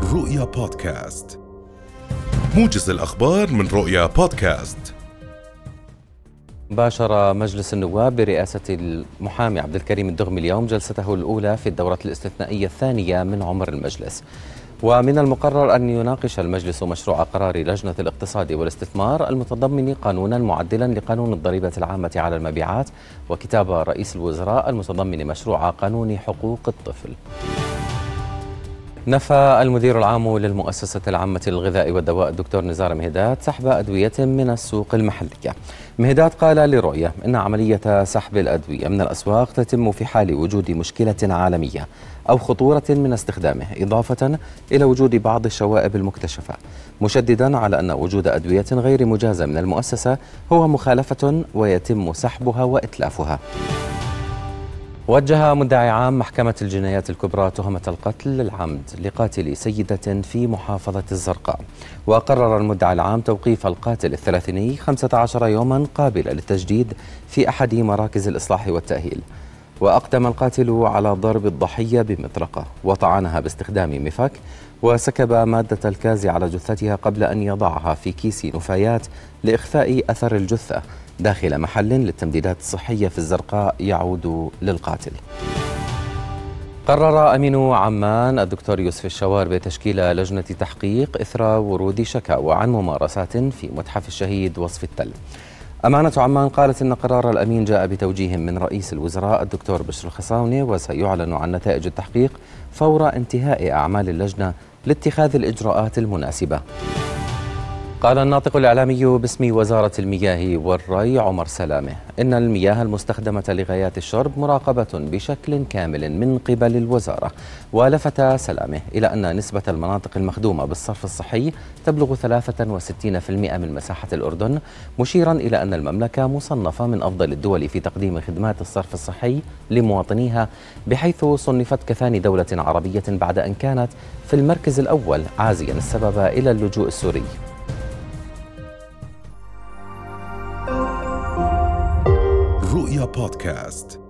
رؤيا بودكاست، موجز الأخبار من رؤيا بودكاست. باشر مجلس النواب برئاسة المحامي عبد الكريم الدغمي اليوم جلسته الأولى في الدورة الاستثنائية الثانية من عمر المجلس، ومن المقرر أن يناقش المجلس مشروع قرار لجنة الاقتصاد والاستثمار المتضمن قانونا معدلا لقانون الضريبة العامة على المبيعات، وكتاب رئيس الوزراء المتضمن مشروع قانون حقوق الطفل. نفى المدير العام للمؤسسة العامة للغذاء والدواء الدكتور نزار مهدات سحب أدوية من السوق المحلية. مهدات قال لرؤية إن عملية سحب الأدوية من الأسواق تتم في حال وجود مشكلة عالمية أو خطورة من استخدامه، إضافة إلى وجود بعض الشوائب المكتشفة، مشددا على أن وجود أدوية غير مجازة من المؤسسة هو مخالفة ويتم سحبها وإتلافها. وجه مدعي عام محكمة الجنايات الكبرى تهمة القتل العمد لقاتل سيدة في محافظة الزرقاء، وقرر المدعي العام توقيف القاتل الثلاثيني 15 يوما قابل للتجديد في أحد مراكز الإصلاح والتأهيل. وأقدم القاتل على ضرب الضحية بمطرقة وطعنها باستخدام مفك، وسكب مادة الكاز على جثتها قبل أن يضعها في كيس نفايات لإخفاء أثر الجثة داخل محل للتمديدات الصحية في الزرقاء يعود للقاتل. قرر أمين عمان الدكتور يوسف الشوار بتشكيل لجنة تحقيق إثر ورود شكاوى عن ممارسات في متحف الشهيد وصف التل. أمانة عمان قالت إن قرار الأمين جاء بتوجيه من رئيس الوزراء الدكتور بشر الخصاونة، وسيعلن عن نتائج التحقيق فور انتهاء أعمال اللجنة لاتخاذ الإجراءات المناسبة. قال الناطق الإعلامي باسم وزارة المياه والري عمر سلامة إن المياه المستخدمة لغايات الشرب مراقبة بشكل كامل من قبل الوزارة، ولفت سلامة إلى أن نسبة المناطق المخدومة بالصرف الصحي تبلغ 63% من مساحة الأردن، مشيرا إلى أن المملكة مصنفة من أفضل الدول في تقديم خدمات الصرف الصحي لمواطنيها، بحيث صنفت كثاني دولة عربية بعد أن كانت في المركز الأول، عازيا السبب إلى اللجوء السوري. رؤيا بودكاست.